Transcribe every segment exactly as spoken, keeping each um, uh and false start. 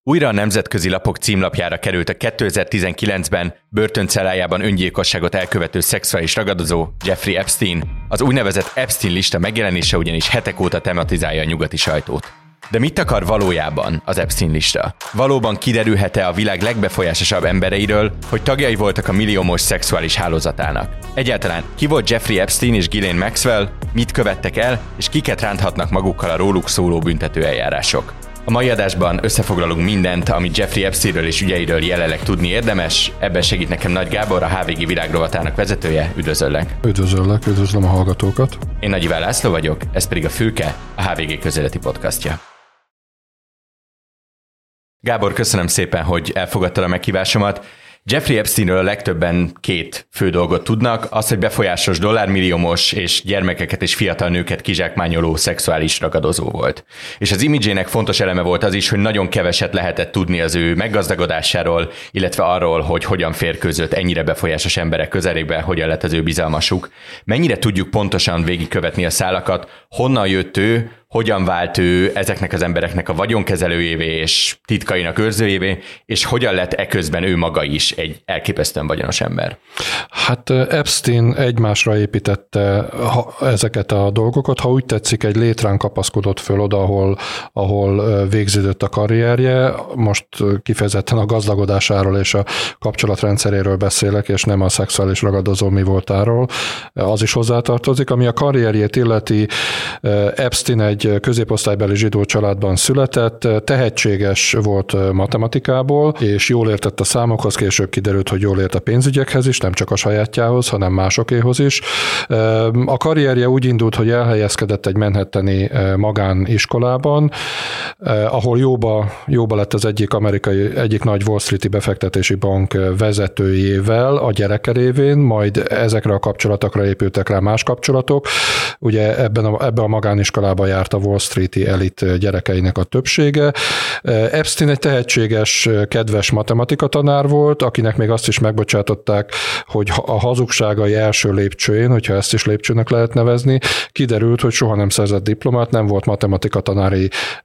Újra a nemzetközi lapok címlapjára került a kétezer-tizenkilencben börtöncellájában öngyilkosságot elkövető szexuális ragadozó Jeffrey Epstein. Az úgynevezett Epstein lista megjelenése ugyanis hetek óta tematizálja a nyugati sajtót. De mit akar valójában az Epstein lista? Valóban kiderülhet-e a világ legbefolyásosabb embereiről, hogy tagjai voltak a milliómos szexuális hálózatának? Egyáltalán ki volt Jeffrey Epstein és Ghislaine Maxwell, mit követtek el, és kiket ránthatnak magukkal a róluk szóló büntető eljárások? A mai adásban összefoglalunk mindent, amit Jeffrey Epsteinről és ügyeiről jelenleg tudni érdemes. Ebben segít nekem Nagy Gábor, a há vé gé világrovatának vezetője. Üdvözöllek! Üdvözöllek, üdvözlöm a hallgatókat! Én Nagy Iván László vagyok, ez pedig a Fülke, a há vé gé közéleti podcastja. Gábor, köszönöm szépen, hogy elfogadtad a meghívásomat. Jeffrey Epsteinről a legtöbben két fő dolgot tudnak, az, hogy befolyásos dollármilliómos és gyermekeket és fiatal nőket kizsákmányoló szexuális ragadozó volt. És az imidzsének fontos eleme volt az is, hogy nagyon keveset lehetett tudni az ő meggazdagodásáról, illetve arról, hogy hogyan férkőzött ennyire befolyásos emberek közelébe, hogyan lett az ő bizalmasuk. Mennyire tudjuk pontosan végigkövetni a szálakat, honnan jött ő, hogyan vált ő ezeknek az embereknek a vagyonkezelőjévé és titkainak őrzőjévé, és hogyan lett eközben ő maga is egy elképesztően vagyonos ember? Hát Epstein egymásra építette ezeket a dolgokat, ha úgy tetszik, egy létrán kapaszkodott föl oda, ahol, ahol végződött a karrierje. Most kifejezetten a gazdagodásáról és a kapcsolatrendszeréről beszélek, és nem a szexuális ragadozó mi voltáról. Az is hozzátartozik. Ami a karrierjét illeti, Epstein egy középosztálybeli zsidó családban született, tehetséges volt matematikából, és jól értett a számokhoz, később kiderült, hogy jól ért a pénzügyekhez is, nem csak a sajátjához, hanem másokéhoz is. A karrierje úgy indult, hogy elhelyezkedett egy manhattani magániskolában, ahol jóba, jóba lett az egyik amerikai, egyik nagy Wall Street-i befektetési bank vezetőjével a gyereke révén, majd ezekre a kapcsolatokra épültek rá más kapcsolatok. Ugye ebben a, ebben a magániskolában járt a Wall Street-i elit gyerekeinek a többsége. Epstein egy tehetséges, kedves matematika tanár volt, akinek még azt is megbocsátották, hogy a hazugságai első lépcsőjén, hogyha ezt is lépcsőnek lehet nevezni, kiderült, hogy soha nem szerzett diplomát, nem volt matematika tanári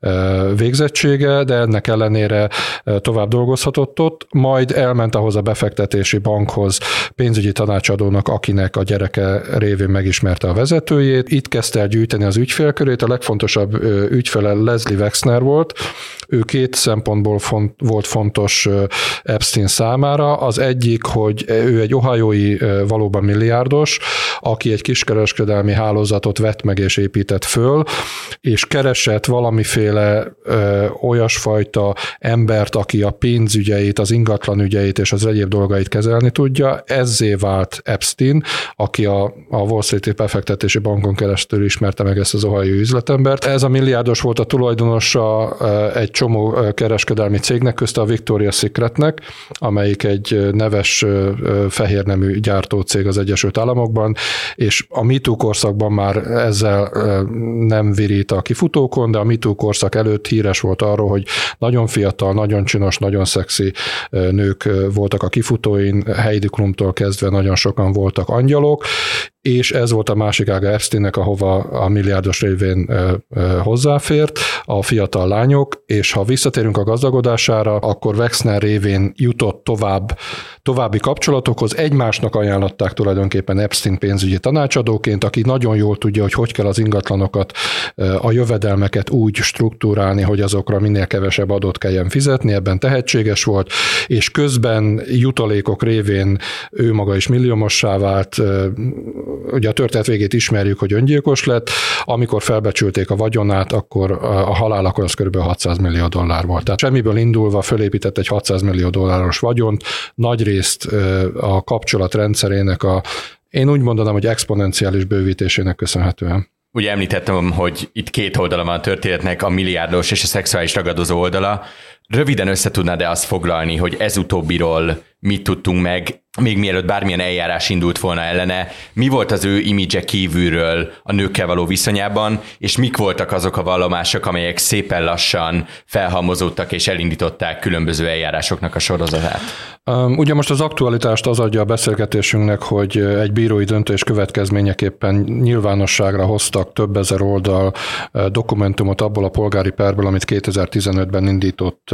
végzettsége, de ennek ellenére tovább dolgozhatott ott, majd elment ahhoz a befektetési bankhoz pénzügyi tanácsadónak, akinek a gyereke révén megismerte a vezetőjét. Itt kezdte el gyűjteni az ügyfélkörét, a legfontosabb ügyfele Leslie Wexner volt. Ő két szempontból font, volt fontos Epstein számára. Az egyik, hogy ő egy ohiói valóban milliárdos, aki egy kiskereskedelmi hálózatot vett meg és épített föl, és keresett valamiféle ö, olyasfajta embert, aki a pénzügyeit, az ingatlan ügyeit és az egyéb dolgait kezelni tudja. Ezzé vált Epstein, aki a, a Wall Street-i befektetési bankon keresztül ismerte meg ezt az ohiói üzletembert. Ez a milliárdos volt a tulajdonosa egy csomó kereskedelmi cégnek, közte a Victoria's Secretnek, amelyik egy neves fehérnemű gyártócég az Egyesült Államokban, és a MeToo korszakban már ezzel nem virít a kifutókon, de a MeToo korszak előtt híres volt arról, hogy nagyon fiatal, nagyon csinos, nagyon szexi nők voltak a kifutóin, Heidi Klumtól kezdve nagyon sokan voltak angyalok, és ez volt a másik ága Epsteinnek, ahova a milliárdos révén hozzáfért, a fiatal lányok, és ha visszatérünk a gazdagodására, akkor Wexner révén jutott tovább, további kapcsolatokhoz, egymásnak ajánlották tulajdonképpen Epstein pénzügyi tanácsadóként, aki nagyon jól tudja, hogy hogy kell az ingatlanokat, a jövedelmeket úgy struktúrálni, hogy azokra minél kevesebb adót kelljen fizetni, ebben tehetséges volt, és közben jutalékok révén ő maga is milliómossá vált. Ugye a történet végét ismerjük, hogy öngyilkos lett, amikor felbecsülték a vagyonát, akkor a halálakor az kb. hatszáz millió dollár volt. Tehát semmiből indulva fölépített egy hatszáz millió dolláros vagyont, nagyrészt a kapcsolatrendszerének a, én úgy mondanám, hogy exponenciális bővítésének köszönhetően. Ugye említettem, hogy itt két oldala van a történetnek, a milliárdos és a szexuális ragadozó oldala. Röviden összetudnád de azt foglalni, hogy ez utóbbiról mit tudtunk meg, még mielőtt bármilyen eljárás indult volna ellene, mi volt az ő imidzse kívülről a nőkkel való viszonyában, és mik voltak azok a vallomások, amelyek szépen lassan felhalmozódtak és elindították különböző eljárásoknak a sorozatát? Um, ugye most az aktualitást az adja a beszélgetésünknek, hogy egy bírói döntés következményeképpen nyilvánosságra hoztak több ezer oldal dokumentumot abból a polgári perből, amit kétezer-tizenötben indított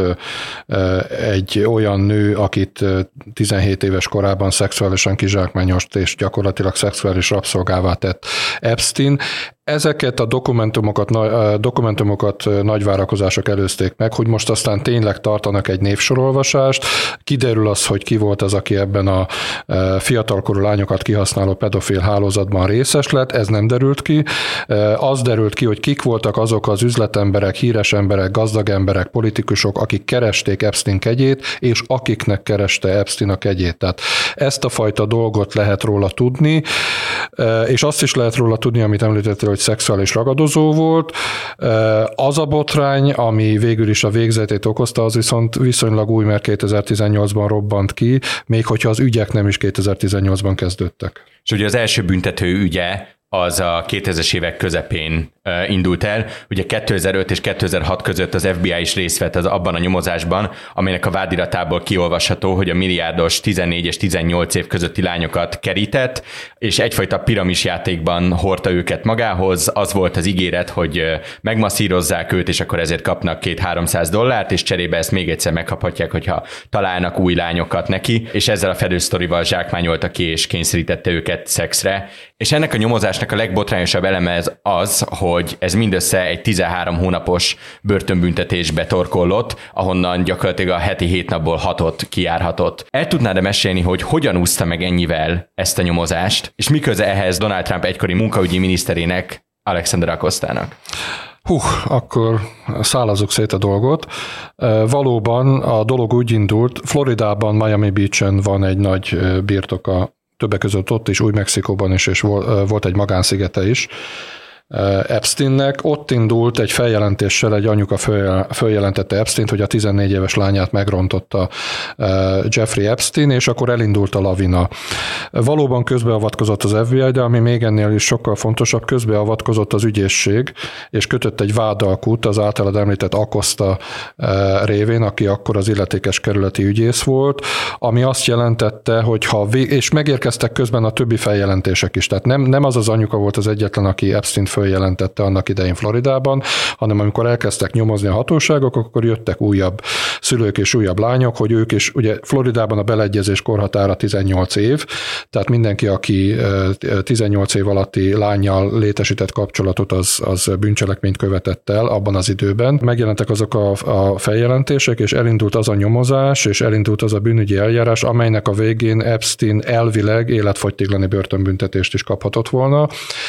egy olyan nő, akit tizenhét éves korában szexuálisan kizsákmányolt és gyakorlatilag szexuális rabszolgává tett Epstein. Ezeket a dokumentumokat, dokumentumokat nagy várakozások előzték meg, hogy most aztán tényleg tartanak egy névsorolvasást, kiderül az, hogy ki volt az, aki ebben a fiatalkorú lányokat kihasználó pedofil hálózatban részes lett, ez nem derült ki. Az derült ki, hogy kik voltak azok az üzletemberek, híres emberek, gazdag emberek, politikusok, akik keresték Epstein kegyét, és akiknek kereste Epstein a kegyét. Tehát ezt a fajta dolgot lehet róla tudni, és azt is lehet róla tudni, amit említettél, hogy szexuális ragadozó volt. Az a botrány, ami végül is a végzetét okozta, az viszont viszonylag új, mert kétezer-tizennyolcban robbant ki, még hogyha az ügyek nem is kétezer-tizennyolcban kezdődtek. És ugye az első büntető ügye az a kétezres évek közepén uh, indult el. Ugye kétezer-öt és kétezer-hat között az ef bé i is részt vett az abban a nyomozásban, amelynek a vádiratából kiolvasható, hogy a milliárdos tizennégy és tizennyolc év közötti lányokat kerített, és egyfajta piramisjátékban hordta őket magához. Az volt az ígéret, hogy uh, megmasszírozzák őt, és akkor ezért kapnak két-háromszáz dollárt, és cserébe ezt még egyszer megkaphatják, hogyha találnak új lányokat neki, és ezzel a fedősztorival zsákmányolta ki, és kényszerítette őket szexre. És ennek a nyomozásnak a legbotrányosabb eleme ez az, hogy ez mindössze egy tizenhárom hónapos börtönbüntetésbe torkollott, ahonnan gyakorlatilag a heti hét napból hatot kijárhatott. El tudnád-e mesélni, hogy hogyan úszta meg ennyivel ezt a nyomozást, és mi köze ehhez Donald Trump egykori munkaügyi miniszterének, Alexander Acosta-nak? Hú, akkor szállazzuk szét a dolgot. Valóban a dolog úgy indult, Floridában, Miami Beach-en van egy nagy birtoka, többek között ott is, Új-Mexikóban is, és volt egy magánszigete is Epsteinnek. Ott indult egy feljelentéssel, egy anyuka feljelentette Epsteint, hogy a tizennégy éves lányát megrontotta Jeffrey Epstein, és akkor elindult a lavina. Valóban közbeavatkozott az ef bé i, de ami még ennél is sokkal fontosabb, közbeavatkozott az ügyészség, és kötött egy vádalkút az általad említett Acosta révén, aki akkor az illetékes kerületi ügyész volt, ami azt jelentette, hogy ha vé- és megérkeztek közben a többi feljelentések is. Tehát nem, nem az az anyuka volt az egyetlen, aki Epsteint följelentette annak idején Floridában, hanem amikor elkezdtek nyomozni a hatóságok, akkor jöttek újabb szülők és újabb lányok, hogy ők is, ugye Floridában a beleegyezés korhatára tizennyolc év, tehát mindenki, aki tizennyolc év alatti lánnyal létesített kapcsolatot, az, az bűncselekményt követett el abban az időben. Megjelentek azok a, a feljelentések, és elindult az a nyomozás, és elindult az a bűnügyi eljárás, amelynek a végén Epstein elvileg életfogytiglani börtönbüntetést is kaphatott volna.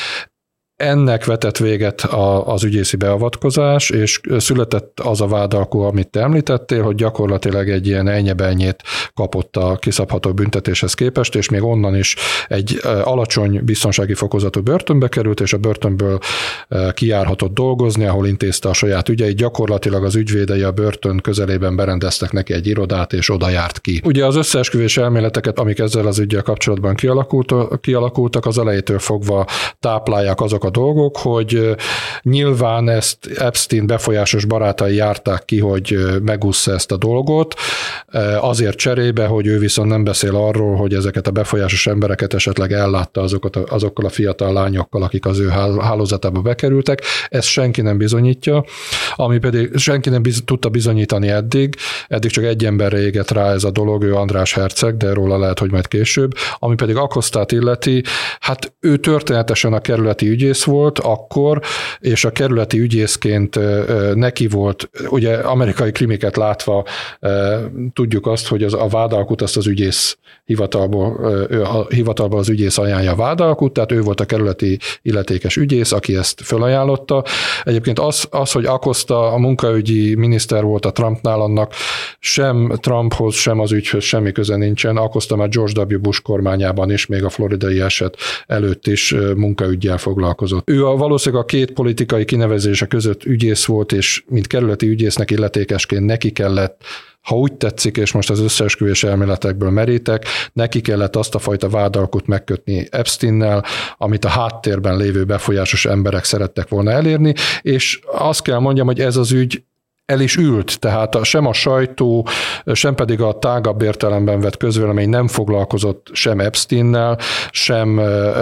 Ennek vetett véget az ügyészi beavatkozás, és született az a vádalkú, amit te említettél, hogy gyakorlatilag egy ilyen ennyi-bennyit kapott a kiszabható büntetéshez képest, és még onnan is egy alacsony biztonsági fokozatú börtönbe került, és a börtönből kijárhatott dolgozni, ahol intézte a saját ügyeit. Gyakorlatilag az ügyvédei a börtön közelében berendeztek neki egy irodát, és oda járt ki. Ugye az összeesküvés elméleteket, amik ezzel az üggyel kapcsolatban kialakultak, kialakultak az elejétől fogva táplálják azok a dolgok, hogy nyilván ezt Epstein befolyásos barátai járták ki, hogy megúszza ezt a dolgot, azért cserébe, hogy ő viszont nem beszél arról, hogy ezeket a befolyásos embereket esetleg ellátta azokat, azokkal a fiatal lányokkal, akik az ő hálózatába bekerültek. Ezt senki nem bizonyítja, ami pedig senki nem biz, tudta bizonyítani eddig, eddig csak egy emberre égett rá ez a dolog, ő András Herceg, de róla lehet, hogy majd később, ami pedig Acostát illeti, hát ő történetesen a kerületi ügyész volt akkor, és a kerületi ügyészként neki volt, ugye amerikai krimiket látva tudjuk azt, hogy az, a vádalkut azt az ügyész hivatalból, a hivatalból az ügyész ajánlja a vádalkut, tehát ő volt a kerületi illetékes ügyész, aki ezt fölajánlotta. Egyébként az, az, hogy Acosta a munkaügyi miniszter volt a Trumpnál, annak sem Trumphoz, sem az ügyhöz semmi köze nincsen. Acosta már George W. Bush kormányában is, még a floridai eset előtt is munkaüggyel foglalkozott. Ő a, valószínűleg a két politikai kinevezése között ügyész volt, és mint kerületi ügyésznek illetékesként neki kellett, ha úgy tetszik, és most az összeesküvés elméletekből merítek, neki kellett azt a fajta vádalkut megkötni Epsteinnel, amit a háttérben lévő befolyásos emberek szerettek volna elérni, és azt kell mondjam, hogy ez az ügy el is ült, tehát sem a sajtó, sem pedig a tágabb értelemben vett közvélemény nem foglalkozott sem Epsteinnel, sem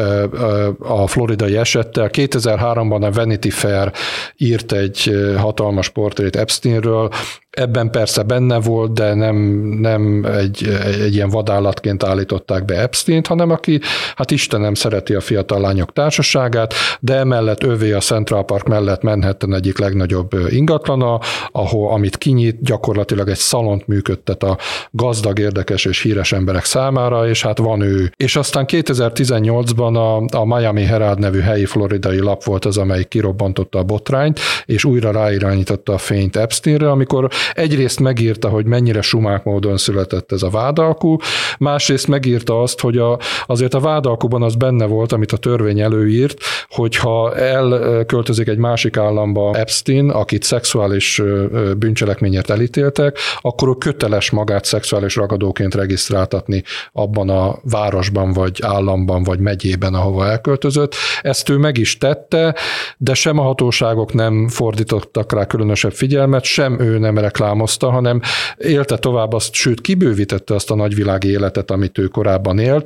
a floridai esettel. kétezer-háromban a Vanity Fair írt egy hatalmas portrét Epsteinről, Ebben persze benne volt, de nem, nem egy, egy ilyen vadállatként állították be Epsteint, hanem aki, hát Istenem, szereti a fiatal lányok társaságát, de emellett övé a Central Park mellett Manhattan egyik legnagyobb ingatlana, ahol, amit kinyit, gyakorlatilag egy szalont működtet a gazdag, érdekes és híres emberek számára, és hát van ő. És aztán kétezer-tizennyolcban a, a Miami Herald nevű helyi floridai lap volt az, amelyik kirobbantotta a botrányt, és újra ráirányította a fényt Epsteinre, amikor egyrészt megírta, hogy mennyire sumák módon született ez a vádalkú, másrészt megírta azt, hogy a, azért a vádalkuban az benne volt, amit a törvény előírt, hogyha elköltözik egy másik államba Epstein, akit szexuális bűncselekményért elítéltek, akkor ő köteles magát szexuális ragadóként regisztráltatni abban a városban, vagy államban, vagy megyében, ahova elköltözött. Ezt ő meg is tette, de sem a hatóságok nem fordítottak rá különösebb figyelmet, sem ő nem reklámozta, hanem élte tovább azt, sőt kibővítette azt a nagyvilági életet, amit ő korábban élt,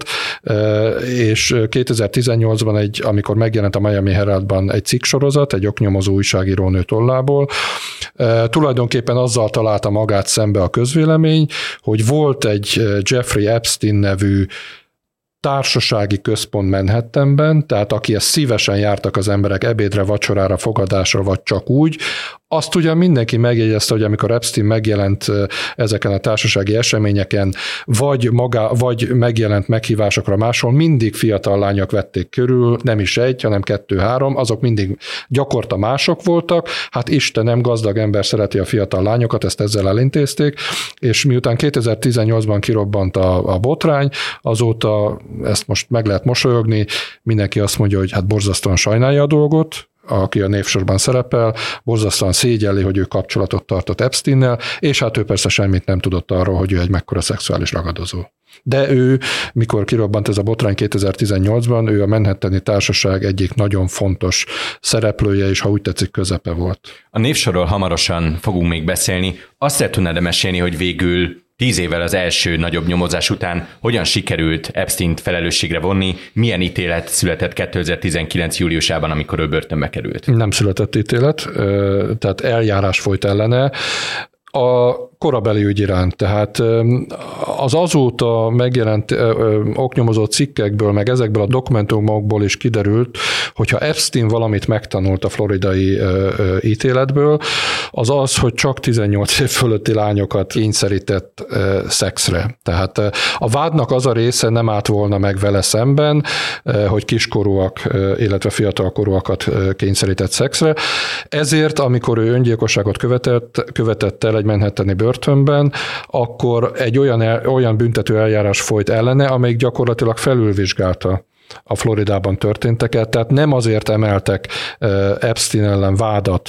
és kétezer-tizennyolcban, egy, amikor megjelent a Miami Heraldban egy cikksorozat, egy oknyomozó újságírónő tollából, tulajdonképpen azzal találta magát szembe a közvélemény, hogy volt egy Jeffrey Epstein nevű társasági központ Manhattanben, tehát akihez szívesen jártak az emberek ebédre, vacsorára, fogadásra, vagy csak úgy, azt ugyan mindenki megjegyezte, hogy amikor Epstein megjelent ezeken a társasági eseményeken, vagy, maga, vagy megjelent meghívásokra máshol, mindig fiatal lányok vették körül, nem is egy, hanem kettő-három, azok mindig gyakorta mások voltak, hát Istenem, gazdag ember szereti a fiatal lányokat, ezt ezzel elintézték, és miután kétezer-tizennyolcban kirobbant a, a botrány, azóta ezt most meg lehet mosolyogni, mindenki azt mondja, hogy hát borzasztóan sajnálja a dolgot, aki a névsorban szerepel, borzasztóan szégyelli, hogy ő kapcsolatot tartott Epsteinnel, és hát ő persze semmit nem tudott arról, hogy ő egy mekkora szexuális ragadozó. De ő, mikor kirobbant ez a botrány kétezer-tizennyolcban, ő a Manhattani Társaság egyik nagyon fontos szereplője, és ha úgy tetszik, közepe volt. A névsorról hamarosan fogunk még beszélni. Azt el tudnád mesélni, hogy végül tíz évvel az első nagyobb nyomozás után hogyan sikerült Epsteint felelősségre vonni, milyen ítélet született kétezer-tizenkilenc júliusában, amikor ő börtönbe került? Nem született ítélet, tehát eljárás folyt ellene. A korabeli ügy iránt, tehát az azóta megjelent oknyomozó cikkekből, meg ezekből a dokumentumokból is kiderült, hogyha Epstein valamit megtanult a floridai ítéletből, az az, hogy csak tizennyolc év fölötti lányokat kényszerített szexre. Tehát a vádnak az a része nem állt volna meg vele szemben, hogy kiskorúak, illetve fiatalkorúakat kényszerített szexre. Ezért, amikor ő öngyilkosságot követett, követett el egy manhattani börtönben, akkor egy olyan, olyan büntető eljárás folyt ellene, amelyik gyakorlatilag felülvizsgálta a Floridában történteket, tehát nem azért emeltek Epstein ellen vádat,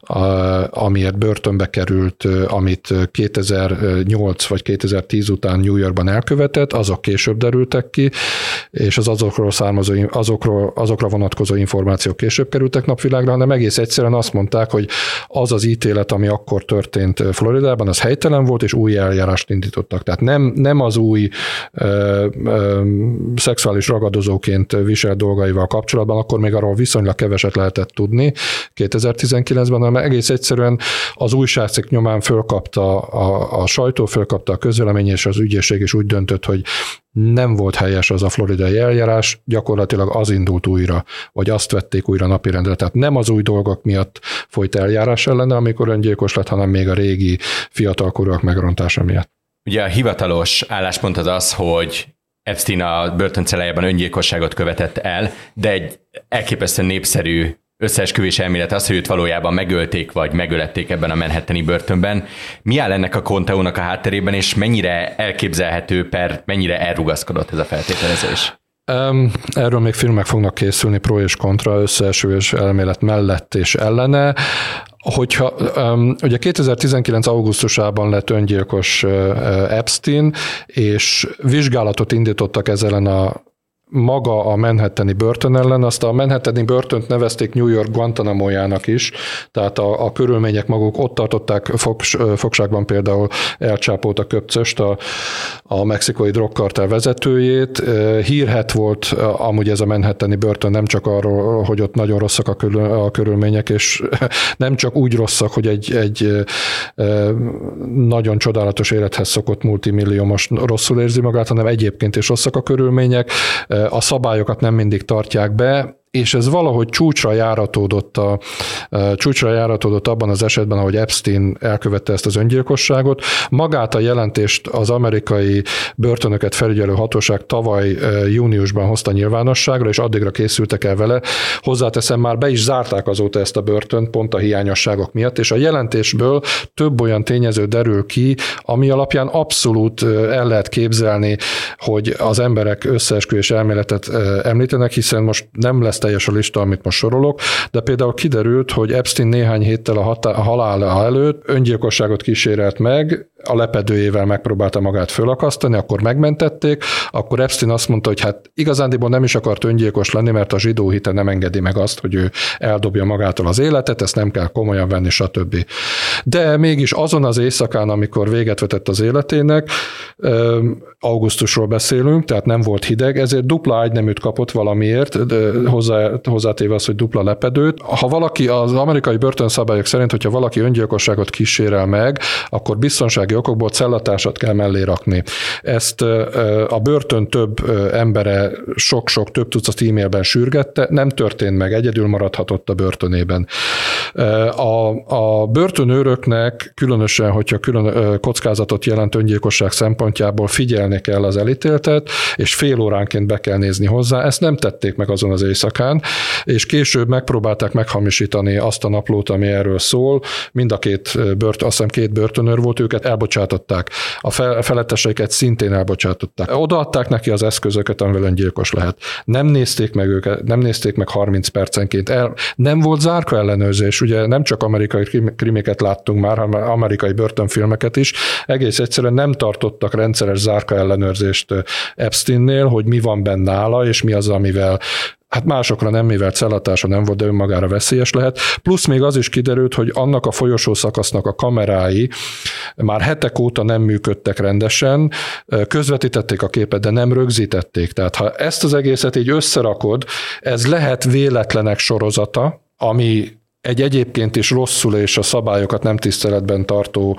amiért börtönbe került, amit kétezer-nyolc vagy kétezer-tíz után New Yorkban elkövetett, azok később derültek ki, és az azokról származó, azokról, azokra vonatkozó információk később kerültek napvilágra, hanem egész egyszerűen azt mondták, hogy az az ítélet, ami akkor történt Floridában, az helytelen volt, és új eljárást indítottak. Tehát nem, nem az új ö, ö, szexuális ragadozóként viselt dolgaival kapcsolatban, akkor még arról viszonylag keveset lehetett tudni kétezer-tizenkilencben, hanem egész egyszerűen az újságcikk nyomán fölkapta a, a sajtó, fölkapta a közvélemény, és az ügyészség is úgy döntött, hogy nem volt helyes az a floridai eljárás, gyakorlatilag az indult újra, vagy azt vették újra napirendre. Tehát nem az új dolgok miatt folyt eljárás ellene, amikor öngyilkos lett, hanem még a régi fiatalkorúak megrontása miatt. Ugye a hivatalos álláspont az az, hogy Epstein a börtöncellájában öngyilkosságot követett el, de egy elképesztően népszerű összeesküvés elmélet az, hogy őt valójában megölték, vagy megölették ebben a manhattani börtönben. Mi áll ennek a konteónak a hátterében, és mennyire elképzelhető, per mennyire elrugaszkodott ez a feltételezés? Erről még filmek fognak készülni, pro és kontra, összeesküvés elmélet mellett és ellene. Hogyha, ugye kétezer-tizenkilenc augusztusában lett öngyilkos Epstein, és vizsgálatot indítottak ezzel a maga a Manhattani börtön ellen, azt a Manhattani börtönt nevezték New York Guantanamo-jának is, tehát a, a körülmények maguk ott tartották fogs, fogságban például El Chapót, a köpcöst, a, a mexikai drogkartel vezetőjét. Hírhedt volt amúgy ez a Manhattani börtön nem csak arról, hogy ott nagyon rosszak a, körül, a körülmények, és nem csak úgy rosszak, hogy egy, egy nagyon csodálatos élethez szokott multimilliómos rosszul érzi magát, hanem egyébként is rosszak a körülmények, a szabályokat nem mindig tartják be, és ez valahogy csúcsra járatódott, a, csúcsra járatódott abban az esetben, ahogy Epstein elkövette ezt az öngyilkosságot. Magát a jelentést az amerikai börtönöket felügyelő hatóság tavaly júniusban hozta nyilvánosságra, és addigra készültek el vele. Hozzáteszem, már be is zárták azóta ezt a börtönt, pont a hiányosságok miatt, és a jelentésből több olyan tényező derül ki, ami alapján abszolút el lehet képzelni, hogy az emberek összeesküvés elméletet említenek, hiszen most nem lesz teljes a lista, amit most sorolok, de például kiderült, hogy Epstein néhány héttel a, hatá- a halála előtt öngyilkosságot kísérelt meg, a lepedőjével megpróbálta magát fölakasztani, akkor megmentették, akkor Epstein azt mondta, hogy hát igazándiból nem is akart öngyilkos lenni, mert a zsidó hite nem engedi meg azt, hogy ő eldobja magától az életet, ezt nem kell komolyan venni, stb. De mégis azon az éjszakán, amikor véget vetett az életének, augusztusról beszélünk, tehát nem volt hideg, ezért dupla ágyneműt kapott valamiért, hozzá, hozzátéve az, hogy dupla lepedőt. Ha valaki az amerikai börtönszabályok szerint, hogyha valaki öngyilkosságot kísérel meg, akkor biztonsági okokból cellatársat kell mellé rakni. Ezt a börtön több embere sok-sok több tucat e-mailben sürgette, nem történt meg, egyedül maradhatott a börtönében. A, a börtönőröknek különösen, hogyha külön kockázatot jelent öngyilkosság szempontjából figyelni kell az elítéltet, és fél óránként be kell nézni hozzá. Ezt nem tették meg azon az éjszakán, és később megpróbálták meghamisítani azt a naplót, ami erről szól. Mind a két börtön, azt hiszem két börtönőr volt, őket elbocsátották. A feletteseiket szintén elbocsátották. Odaadták neki az eszközöket, amivel öngyilkos lehet. Nem nézték meg őket, nem nézték meg harminc percenként. El, nem volt zárka ellenőrzés, ugye nem csak amerikai krimiket láttunk már, hanem amerikai börtönfilmeket is. Egész egyszerűen nem tartottak rendszeres zárka ellenőrzést Epsteinnél, hogy mi van benne nála, és mi az, amivel hát másokra nem, mivel cellatása nem volt, de önmagára veszélyes lehet. Plusz még az is kiderült, hogy annak a folyosó szakasznak a kamerái már hetek óta nem működtek rendesen, közvetítették a képet, de nem rögzítették. Tehát ha ezt az egészet így összerakod, ez lehet véletlenek sorozata, ami egy egyébként is rosszul és a szabályokat nem tiszteletben tartó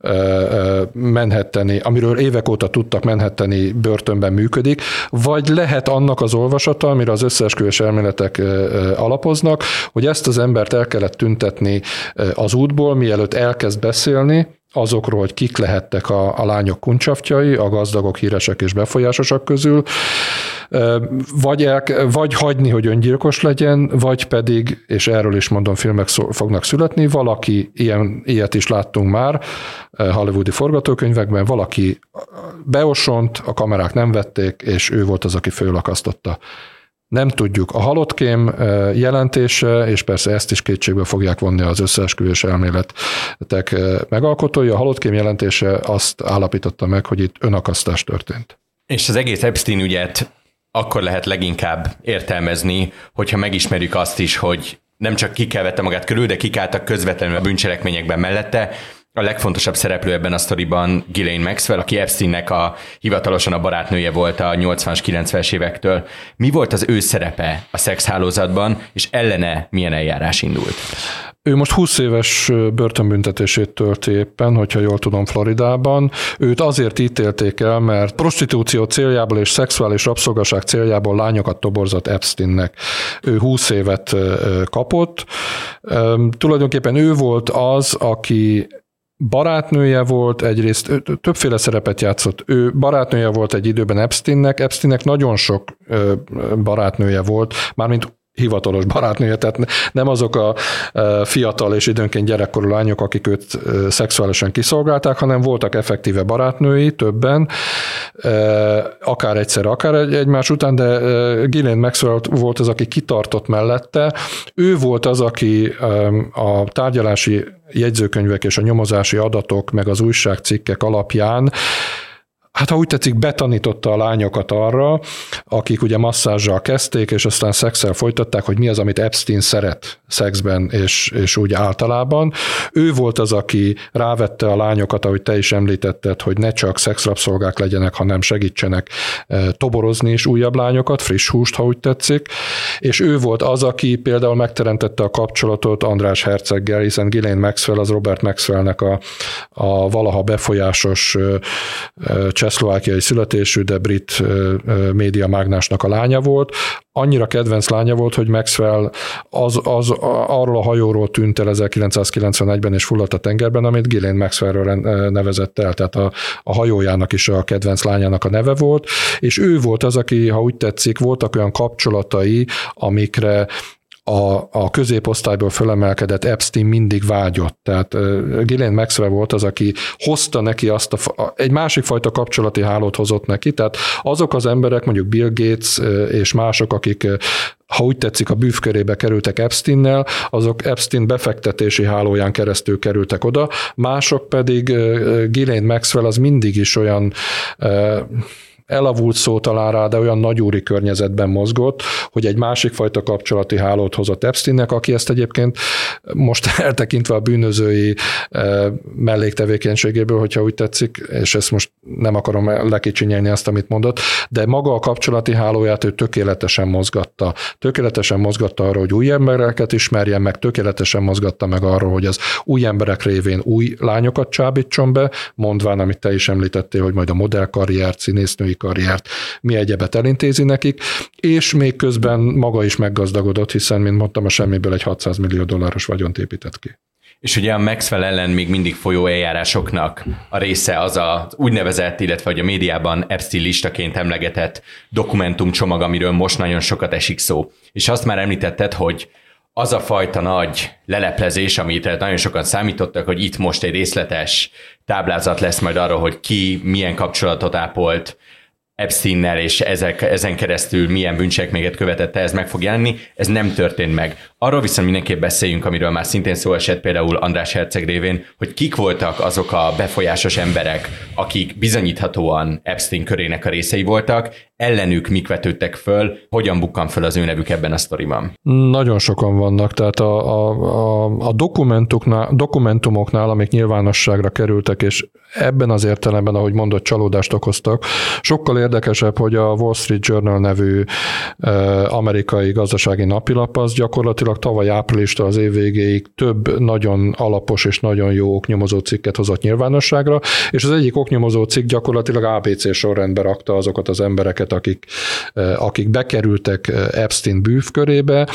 Manhattani, amiről évek óta tudtak, Manhattani börtönben működik, vagy lehet annak az olvasata, amire az összeesküvés elméletek alapoznak, hogy ezt az embert el kellett tüntetni az útból, mielőtt elkezd beszélni azokról, hogy kik lehettek a, a lányok kuncsaftjai, a gazdagok, híresek és befolyásosak közül, vagy, el, vagy hagyni, hogy öngyilkos legyen, vagy pedig, és erről is mondom, filmek fognak születni, valaki, ilyen, ilyet is láttunk már hollywoodi forgatókönyvekben, valaki beosont, a kamerák nem vették, és ő volt az, aki fölakasztotta. Nem tudjuk. A halottkém jelentése, és persze ezt is kétségbe fogják vonni az összeesküvés elméletek megalkotói, a halottkém jelentése azt állapította meg, hogy itt önakasztás történt. És az egész Epstein ügyet akkor lehet leginkább értelmezni, hogyha megismerjük azt is, hogy nem csak kikkel vette magát körül, de kik álltak közvetlenül a bűncselekményekben mellette. A legfontosabb szereplő ebben a sztoriban Ghislaine Maxwell, aki Epsteinnek a, hivatalosan a barátnője volt a nyolcvanas, kilencvenes évektől. Mi volt az ő szerepe a szexhálózatban, és ellene milyen eljárás indult? Ő most húsz éves börtönbüntetését tölti éppen, hogyha jól tudom, Floridában. Őt azért ítélték el, mert prostitúció céljából és szexuális rabszolgaság céljából lányokat toborzott Epsteinnek. Ő húsz évet kapott. Tulajdonképpen ő volt az, aki barátnője volt, egyrészt többféle szerepet játszott. Ő barátnője volt egy időben Epsteinnek, Epsteinnek nagyon sok barátnője volt, mármint hivatalos barátnője, tehát nem azok a fiatal és időnként gyerekkorú lányok, akik őt szexuálisan kiszolgálták, hanem voltak effektíve barátnői, többen, akár egyszer, akár egymás után, de Ghislaine Maxwell volt az, aki kitartott mellette. Ő volt az, aki a tárgyalási jegyzőkönyvek és a nyomozási adatok, meg az újságcikkek alapján hát ha úgy tetszik, betanította a lányokat arra, akik ugye masszázsal kezdték, és aztán szexel folytatták, hogy mi az, amit Epstein szeret szexben, és, és úgy általában. Ő volt az, aki rávette a lányokat, ahogy te is említetted, hogy ne csak szexrabszolgák legyenek, hanem segítsenek toborozni is újabb lányokat, friss húst, ha úgy tetszik. És ő volt az, aki például megteremtette a kapcsolatot András herceggel, hiszen Ghislaine Maxwell az Robert Maxwellnek a, a valaha befolyásos csehszlovákiai születésű, de brit média mágnásnak a lánya volt. Annyira kedvenc lánya volt, hogy Maxwell az, az arról a hajóról tűnt el ezerkilencszázkilencvenegyben és fulladt a tengerben, amit Ghislaine Maxwellről nevezett el, tehát a, a hajójának is a kedvenc lányának a neve volt, és ő volt az, aki, ha úgy tetszik, voltak olyan kapcsolatai, amikre A, a középosztályból fölemelkedett Epstein mindig vágyott. Tehát uh, Ghislaine Maxwell volt az, aki hozta neki azt a, egy másik fajta kapcsolati hálót hozott neki, tehát azok az emberek, mondjuk Bill Gates uh, és mások, akik uh, ha úgy tetszik, a bűvkörébe kerültek Epsteinnel, azok Epstein befektetési hálóján keresztül kerültek oda, mások pedig uh, Ghislaine Maxwell az mindig is olyan uh, elavult szó talán rá, de olyan nagyúri környezetben mozgott, hogy egy másik fajta kapcsolati hálót hozott Epsteinnek, aki ezt egyébként most eltekintve a bűnözői melléktevékenységéből, hogyha úgy tetszik, és ezt most nem akarom lekicsinyelni azt, amit mondott, de maga a kapcsolati hálóját ő tökéletesen mozgatta. Tökéletesen mozgatta arra, hogy új embereket ismerjen meg, tökéletesen mozgatta meg arra, hogy az új emberek révén új lányokat csábítson be, mondván, amit te is említettél, hogy majd a modellkarriert, színésznői karriert, mi egyebet elintézi nekik, és még közben maga is meggazdagodott, hiszen, mint mondtam, a semmiből egy hatszáz millió dolláros vagyont épített ki. És ugye a Maxwell ellen még mindig folyó eljárásoknak a része az az úgynevezett, illetve hogy a médiában Epstein listaként emlegetett dokumentumcsomag, amiről most nagyon sokat esik szó. És azt már említetted, hogy az a fajta nagy leleplezés, amit nagyon sokan számítottak, hogy itt most egy részletes táblázat lesz majd arról, hogy ki milyen kapcsolatot ápolt Epsteinnel, és ezek, ezen keresztül milyen bűncselekményeket követette, ez meg fog jelenni, ez nem történt meg. Arról viszont mindenképp beszéljünk, amiről már szintén szó esett például András herceg révén, hogy kik voltak azok a befolyásos emberek, akik bizonyíthatóan Epstein körének a részei voltak, ellenük mik vetődtek föl, hogyan bukkan föl az ő nevük ebben a sztoriban? Nagyon sokan vannak, tehát a, a, a, a dokumentumoknál, dokumentumoknál, amik nyilvánosságra kerültek, és ebben az értelemben, ahogy mondott, csalódást okoztak, sokkal érdekesebb, hogy a Wall Street Journal nevű eh, amerikai gazdasági napilap az gyakorlatilag tavaly áprilistól az év végéig több nagyon alapos és nagyon jó oknyomozó cikket hozott nyilvánosságra, és az egyik oknyomozó cikk gyakorlatilag á bé cé sorrendbe rakta azokat az embereket, akik, eh, akik bekerültek Epstein bűvkörébe.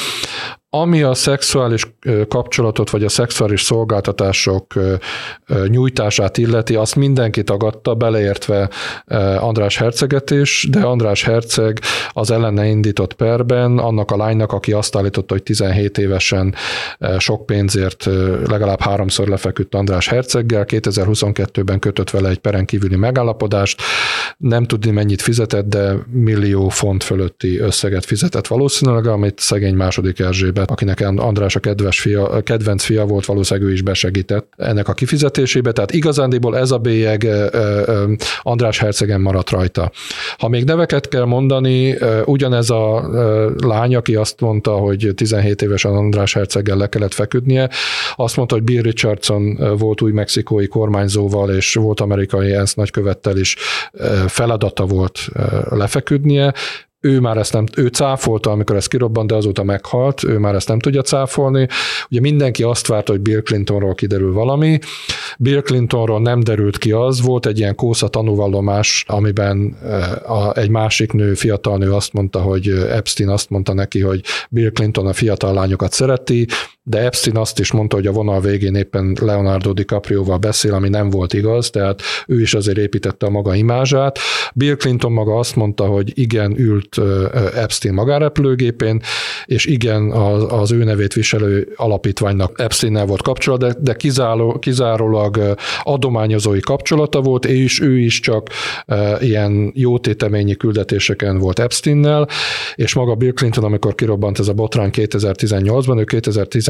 Ami a szexuális kapcsolatot, vagy a szexuális szolgáltatások nyújtását illeti, azt mindenki tagadta, beleértve András herceget is, de András herceg az ellene indított perben annak a lánynak, aki azt állította, hogy tizenhét évesen sok pénzért legalább háromszor lefeküdt András herceggel, kétezer-huszonkettőben kötött vele egy peren kívüli megállapodást, nem tudni mennyit fizetett, de millió font fölötti összeget fizetett valószínűleg, amit szegény második Erzsébet, akinek András a kedves fia, kedvenc fia volt, valószínűleg ő is besegített ennek a kifizetésébe, tehát igazándiból ez a bélyeg András hercegen maradt rajta. Ha még neveket kell mondani, ugyanez a lány, aki azt mondta, hogy tizenhét évesen András herceggel le kellett feküdnie, azt mondta, hogy Bill Richardson volt új mexikói kormányzóval, és volt amerikai ENSZ nagykövettel is feladata volt lefeküdnie. Ő már ezt nem, ő cáfolta, amikor ez kirobbant, de azóta meghalt, ő már ezt nem tudja cáfolni. Ugye mindenki azt várta, hogy Bill Clintonról kiderül valami. Bill Clintonról nem derült ki az, volt egy ilyen kósza tanúvallomás, amiben a, egy másik nő, fiatal nő azt mondta, hogy Epstein azt mondta neki, hogy Bill Clinton a fiatal lányokat szereti, de Epstein azt is mondta, hogy a vonal végén éppen Leonardo DiCaprioval beszél, ami nem volt igaz, tehát ő is azért építette a maga imázsát. Bill Clinton maga azt mondta, hogy igen, ült Epstein magánrepülőgépén, és igen, az, az ő nevét viselő alapítványnak Epsteinnel volt kapcsolat, de, de kizáró, kizárólag adományozói kapcsolata volt, és ő is csak e, ilyen jótéteményi küldetéseken volt Epsteinnel, és maga Bill Clinton, amikor kirobbant ez a botrány kétezer-tizennyolcban, ő kétezer-tizenkilencben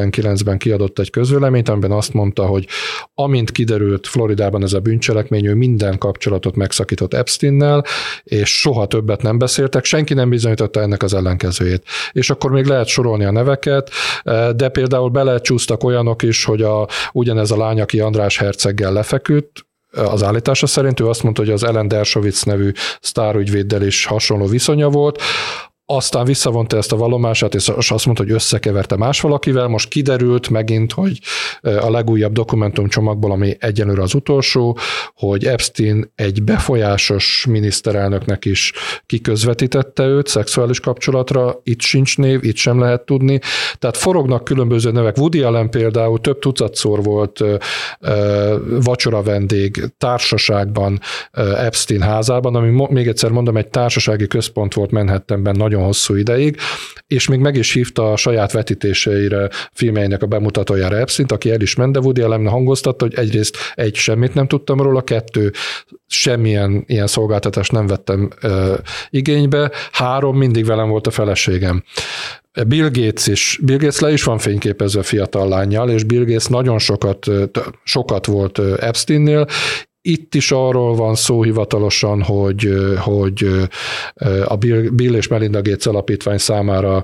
kétezer-tizenkilencben kiadott egy közvéleményt, amiben azt mondta, hogy amint kiderült Floridában ez a bűncselekmény, ő minden kapcsolatot megszakított Epsteinnel, és soha többet nem beszéltek, senki nem bizonyította ennek az ellenkezőjét. És akkor még lehet sorolni a neveket, de például belecsúsztak olyanok is, hogy a, ugyanez a lány, aki András herceggel lefeküdt, az állítása szerint ő azt mondta, hogy az Ellen Dershowitz nevű sztárügyvéddel is hasonló viszonya volt, aztán visszavonta ezt a vallomását, és azt mondta, hogy összekeverte más valakivel. Most kiderült megint, hogy a legújabb dokumentumcsomagból, ami egyenlőre az utolsó, hogy Epstein egy befolyásos miniszterelnöknek is kiközvetítette őt szexuális kapcsolatra. Itt sincs név, itt sem lehet tudni. Tehát forognak különböző nevek. Woody Allen például több tucatszor volt vacsora vendég társaságban Epstein házában, ami még egyszer mondom, egy társasági központ volt Manhattanben nagyon hosszú ideig, és még meg is hívta a saját vetítéseire, filmjeinek a bemutatójára Epsteint, aki el is ment, de Woody Allen hangoztatta, hogy egyrészt egy, semmit nem tudtam róla, kettő, semmilyen ilyen szolgáltatást nem vettem ö, igénybe, három, mindig velem volt a feleségem. Bill Gates is, Bill Gates le is van fényképezve fiatal lánnyal, és Bill Gates nagyon sokat, sokat volt Epsteinnél. Itt is arról van szó hivatalosan, hogy, hogy a Bill és Melinda Gates alapítvány számára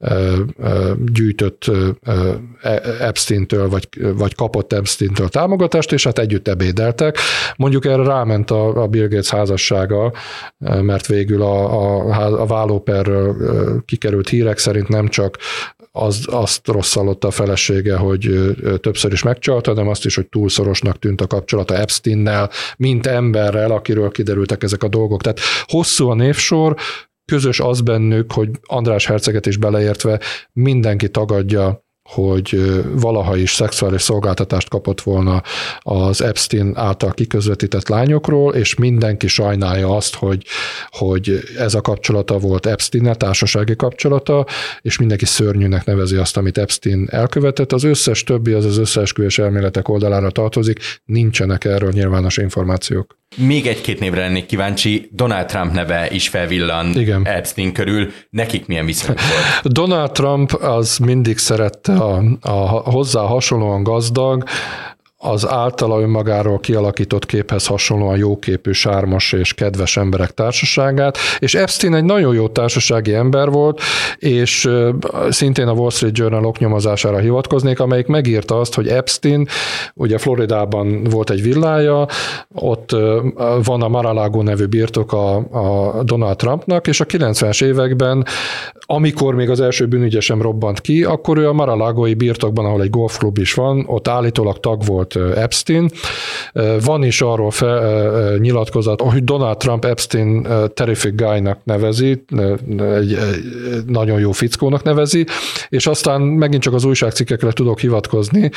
gyűjtött Epsteintől, vagy, vagy kapott Epsteintől támogatást, és hát együtt ebédeltek. Mondjuk erre ráment a Bill Gates házassága, mert végül a, a, a vállóperről kikerült hírek szerint nem csak az, azt rosszallotta a felesége, hogy többször is megcsalta, hanem azt is, hogy túl szorosnak tűnt a kapcsolata Epsteinnel, mint emberrel, akiről kiderültek ezek a dolgok. Tehát hosszú a névsor, közös az bennük, hogy András herceget is beleértve mindenki tagadja, hogy valaha is szexuális szolgáltatást kapott volna az Epstein által kiközvetített lányokról, és mindenki sajnálja azt, hogy, hogy ez a kapcsolata volt Epsteinnel, társasági kapcsolata, és mindenki szörnyűnek nevezi azt, amit Epstein elkövetett. Az összes többi, az az összeesküvés elméletek oldalára tartozik, nincsenek erről nyilvános információk. Még egy-két névre lennék kíváncsi, Donald Trump neve is felvillan Igen. Epstein körül, nekik milyen viszonyuk volt? Donald Trump az mindig szerette a, a hozzá hasonlóan gazdag, az általa önmagáról kialakított képhez hasonlóan jóképű, sármos és kedves emberek társaságát, és Epstein egy nagyon jó társasági ember volt, és szintén a Wall Street Journal oknyomozására hivatkoznék, amelyik megírta azt, hogy Epstein, ugye Floridában volt egy villája, ott van a Mar-a-Lago nevű birtok a, a Donald Trumpnak, és a kilencvenes években, amikor még az első bűnügye sem robbant ki, akkor ő a Mar-a-Lagói birtokban, ahol egy golfklub is van, ott állítólag tag volt Epstein. Van is arról fel, nyilatkozat, hogy Donald Trump Epstein terrific guy-nak nevezi, egy, egy nagyon jó fickónak nevezi, és aztán megint csak az újságcikkekre tudok hivatkozni.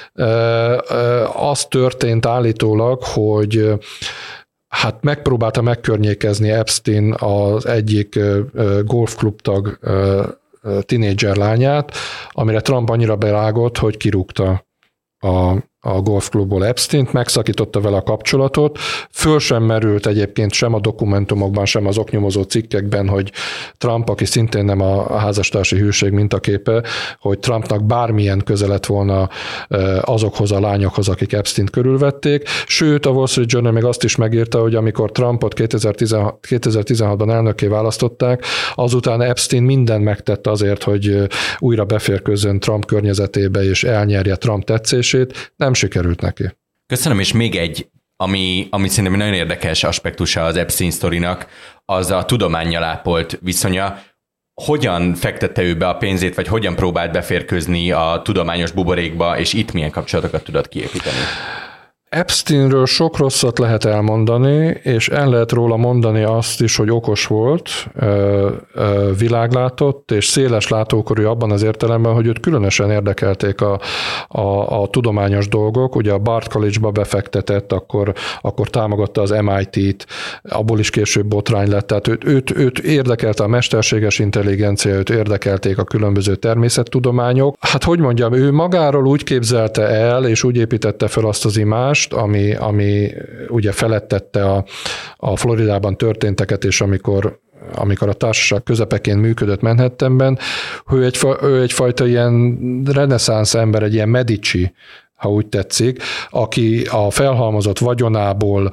Az történt állítólag, hogy hát megpróbálta megkörnyékezni Epstein az egyik golfklubtag tinédzser lányát, amire Trump annyira berágott, hogy kirúgta a a golfklubból Epsteint, megszakította vele a kapcsolatot, föl sem merült egyébként sem a dokumentumokban, sem az oknyomozó cikkekben, hogy Trump, aki szintén nem a házastársi hűség mintaképe, hogy Trumpnak bármilyen köze lett volna azokhoz a lányokhoz, akik Epsteint körülvették. Sőt, a Wall Street Journal még azt is megírta, hogy amikor Trumpot kétezer-tizenhatban elnökké választották, azután Epstein mindent megtett azért, hogy újra beférkőzzön Trump környezetébe és elnyerje Trump tetszését. Nem sikerült neki. Köszönöm, és még egy, ami, ami szerintem nagyon érdekes aspektusa az Epstein sztorinak, az a tudománnyal ápolt viszonya. Hogyan fektette ő be a pénzét, vagy hogyan próbált beférkőzni a tudományos buborékba, és itt milyen kapcsolatokat tudott kiépíteni? Epsteinről sok rosszat lehet elmondani, és el lehet róla mondani azt is, hogy okos volt, világlátott, és széles látókorú abban az értelemben, hogy őt különösen érdekelték a, a, a tudományos dolgok. Ugye a Bard College-ba befektetett, akkor, akkor támogatta az em i té-t, abból is később botrány lett. Tehát őt, őt, őt érdekelte a mesterséges intelligencia, őt érdekelték a különböző természettudományok. Hát hogy mondjam, ő magáról úgy képzelte el, és úgy építette fel azt az imást, ami, ami ugye felettette a, a Floridában történteket, és amikor amikor a társaság közepeként működött Manhattanben, ő, egy, ő egyfajta ilyen reneszánsz ember, egy ilyen Medici, ha úgy tetszik, aki a felhalmozott vagyonából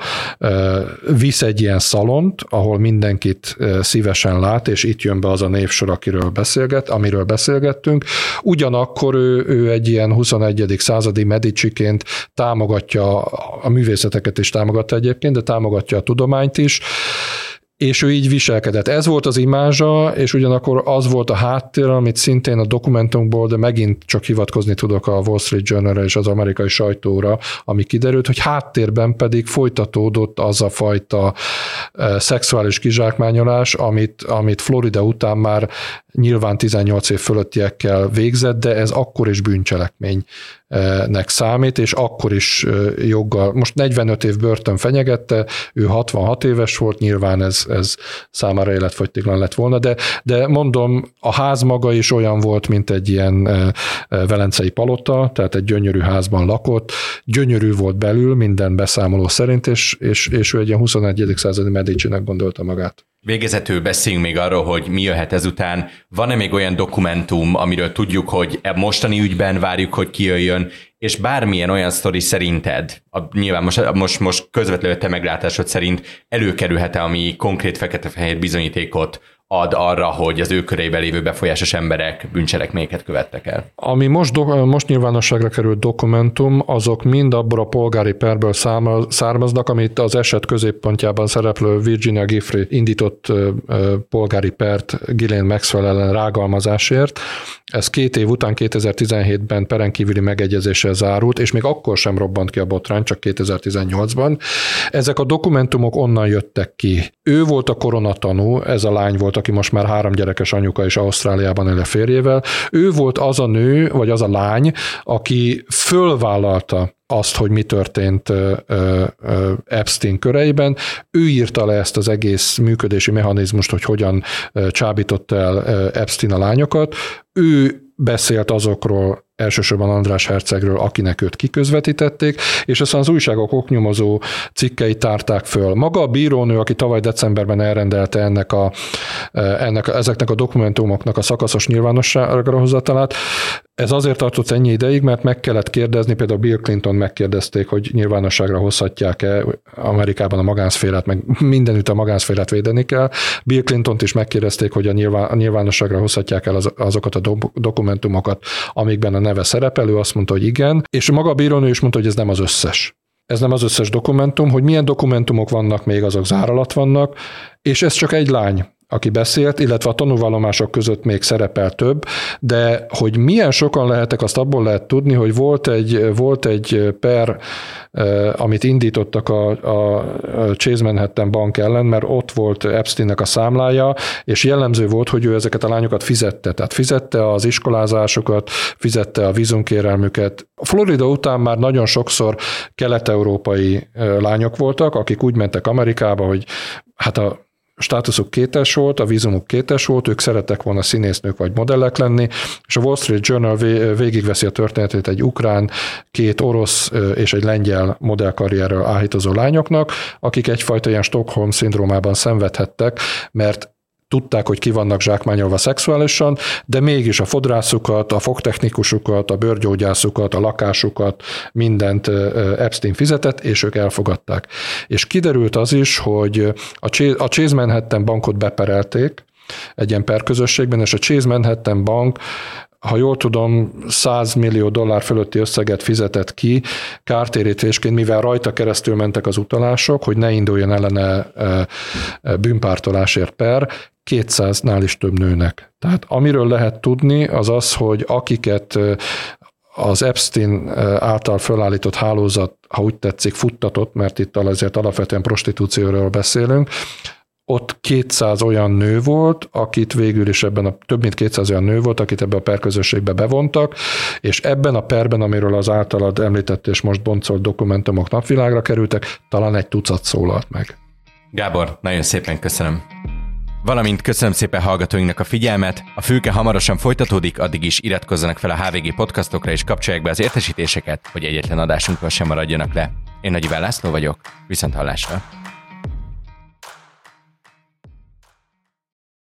visz egy ilyen szalont, ahol mindenkit szívesen lát, és itt jön be az a névsor, akiről beszélget, amiről beszélgettünk. Ugyanakkor ő, ő egy ilyen huszonegyedik századi Mediciként támogatja, a művészeteket is támogatta egyébként, de támogatja a tudományt is, és ő így viselkedett. Ez volt az imázsa, és ugyanakkor az volt a háttér, amit szintén a dokumentumból, de megint csak hivatkozni tudok a Wall Street Journalre és az amerikai sajtóra, ami kiderült, hogy háttérben pedig folytatódott az a fajta e, szexuális kizsákmányolás, amit, amit Florida után már nyilván tizennyolc év fölöttiekkel végzett, de ez akkor is bűncselekménynek számít, és akkor is joggal, most negyvenöt év börtön fenyegette, ő hatvanhat éves volt, nyilván ez, ez számára életfogytiglan lett volna, de, de mondom, a ház maga is olyan volt, mint egy ilyen velencei palota, tehát egy gyönyörű házban lakott, gyönyörű volt belül minden beszámoló szerint, és, és, és ő egy ilyen huszonegyedik századi Medicinek gondolta magát. Végezetül beszéljünk még arról, hogy mi jöhet ezután. Van-e még olyan dokumentum, amiről tudjuk, hogy e mostani ügyben várjuk, hogy kijöjjön, és bármilyen olyan sztori szerinted, a, nyilván most, most, most közvetlenül te meglátásod szerint előkerülhet-e, ami konkrét fekete-fehér bizonyítékot ad arra, hogy az ő köreiben lévő befolyásos emberek bűncselekményeket követtek el? Ami most, do, most nyilvánosságra került dokumentum, azok mind abból a polgári perből származnak, amit az eset középpontjában szereplő Virginia Giuffre indított polgári pert Ghislaine Maxwell ellen rágalmazásért. Ez két év után, kétezer-tizenhétben peren kívüli megegyezéssel zárult, és még akkor sem robbant ki a botrány, csak kétezer-tizennyolcban. Ezek a dokumentumok onnan jöttek ki. Ő volt a koronatanú, ez a lány volt, aki most már három gyerekes anyuka és Ausztráliában él a férjével. Ő volt az a nő, vagy az a lány, aki fölvállalta azt, hogy mi történt Epstein köreiben. Ő írta le ezt az egész működési mechanizmust, hogy hogyan csábította el Epstein a lányokat. Ő beszélt azokról, elsősorban András hercegről, akinek őt kiközvetítették, és aztán az újságok oknyomozó cikkeit tárták föl. Maga a bírónő, aki tavaly decemberben elrendelte ennek a, ennek, ezeknek a dokumentumoknak a szakaszos nyilvánosságra hozatalát, ez azért tartott ennyi ideig, mert meg kellett kérdezni, például Bill Clinton megkérdezték, hogy nyilvánosságra hozhatják-e Amerikában a magánszférát, meg mindenütt a magánszférát védeni kell. Bill Clintont is megkérdezték, hogy a, nyilván, a nyilvánosságra hozhatják el az, azokat a do, dokumentumokat, amikben a neve szerepelő, azt mondta, hogy igen, és maga a bírónő is mondta, hogy ez nem az összes. Ez nem az összes dokumentum, hogy milyen dokumentumok vannak még, azok zár alatt vannak, és ez csak egy lány, aki beszélt, illetve a tanúvallomások között még szerepel több, de hogy milyen sokan lehetek, azt abból lehet tudni, hogy volt egy, volt egy per, amit indítottak a, a Chase Manhattan bank ellen, mert ott volt Epsteinnek a számlája, és jellemző volt, hogy ő ezeket a lányokat fizette. Tehát fizette az iskolázásokat, fizette a vízunkérelmüket. Florida után már nagyon sokszor kelet-európai lányok voltak, akik úgy mentek Amerikába, hogy hát a státuszuk kétes volt, a vízumuk kétes volt, ők szerettek volna színésznők vagy modellek lenni, és a Wall Street Journal végigveszi a történetét egy ukrán, két orosz és egy lengyel modellkarrierrel áhítozó lányoknak, akik egyfajta ilyen Stockholm-szindrómában szenvedhettek, mert tudták, hogy ki vannak zsákmányolva szexuálisan, de mégis a fodrászukat, a fogtechnikusukat, a bőrgyógyászukat, a lakásukat, mindent Epstein fizetett, és ők elfogadták. És kiderült az is, hogy a Chase Manhattan bankot beperelték egy ilyen perközösségben, és a Chase Manhattan bank, ha jól tudom, száz millió dollár fölötti összeget fizetett ki kártérítésként, mivel rajta keresztül mentek az utalások, hogy ne induljon ellene bűnpártolásért per, kétszáznál is több nőnek. Tehát amiről lehet tudni, az az, hogy akiket az Epstein által fölállított hálózat, ha úgy tetszik, futtatott, mert itt azért alapvetően prostitúcióról beszélünk, ott kétszáz olyan nő volt, akit végül is ebben a több mint kétszáz olyan nő volt, akit ebbe a perközösségbe bevontak, és ebben a perben, amiről az általad említett és most boncolt dokumentumok napvilágra kerültek, talán egy tucat szólalt meg. Gábor, nagyon szépen köszönöm. Valamint köszönöm szépen hallgatóinknak a figyelmet, a Fülke hamarosan folytatódik, addig is iratkozzanak fel a há vé gé podcastokra és kapcsolják be az értesítéseket, hogy egyetlen adásunkról sem maradjanak le. Én Nagy Iván László vagyok, viszont hallásra!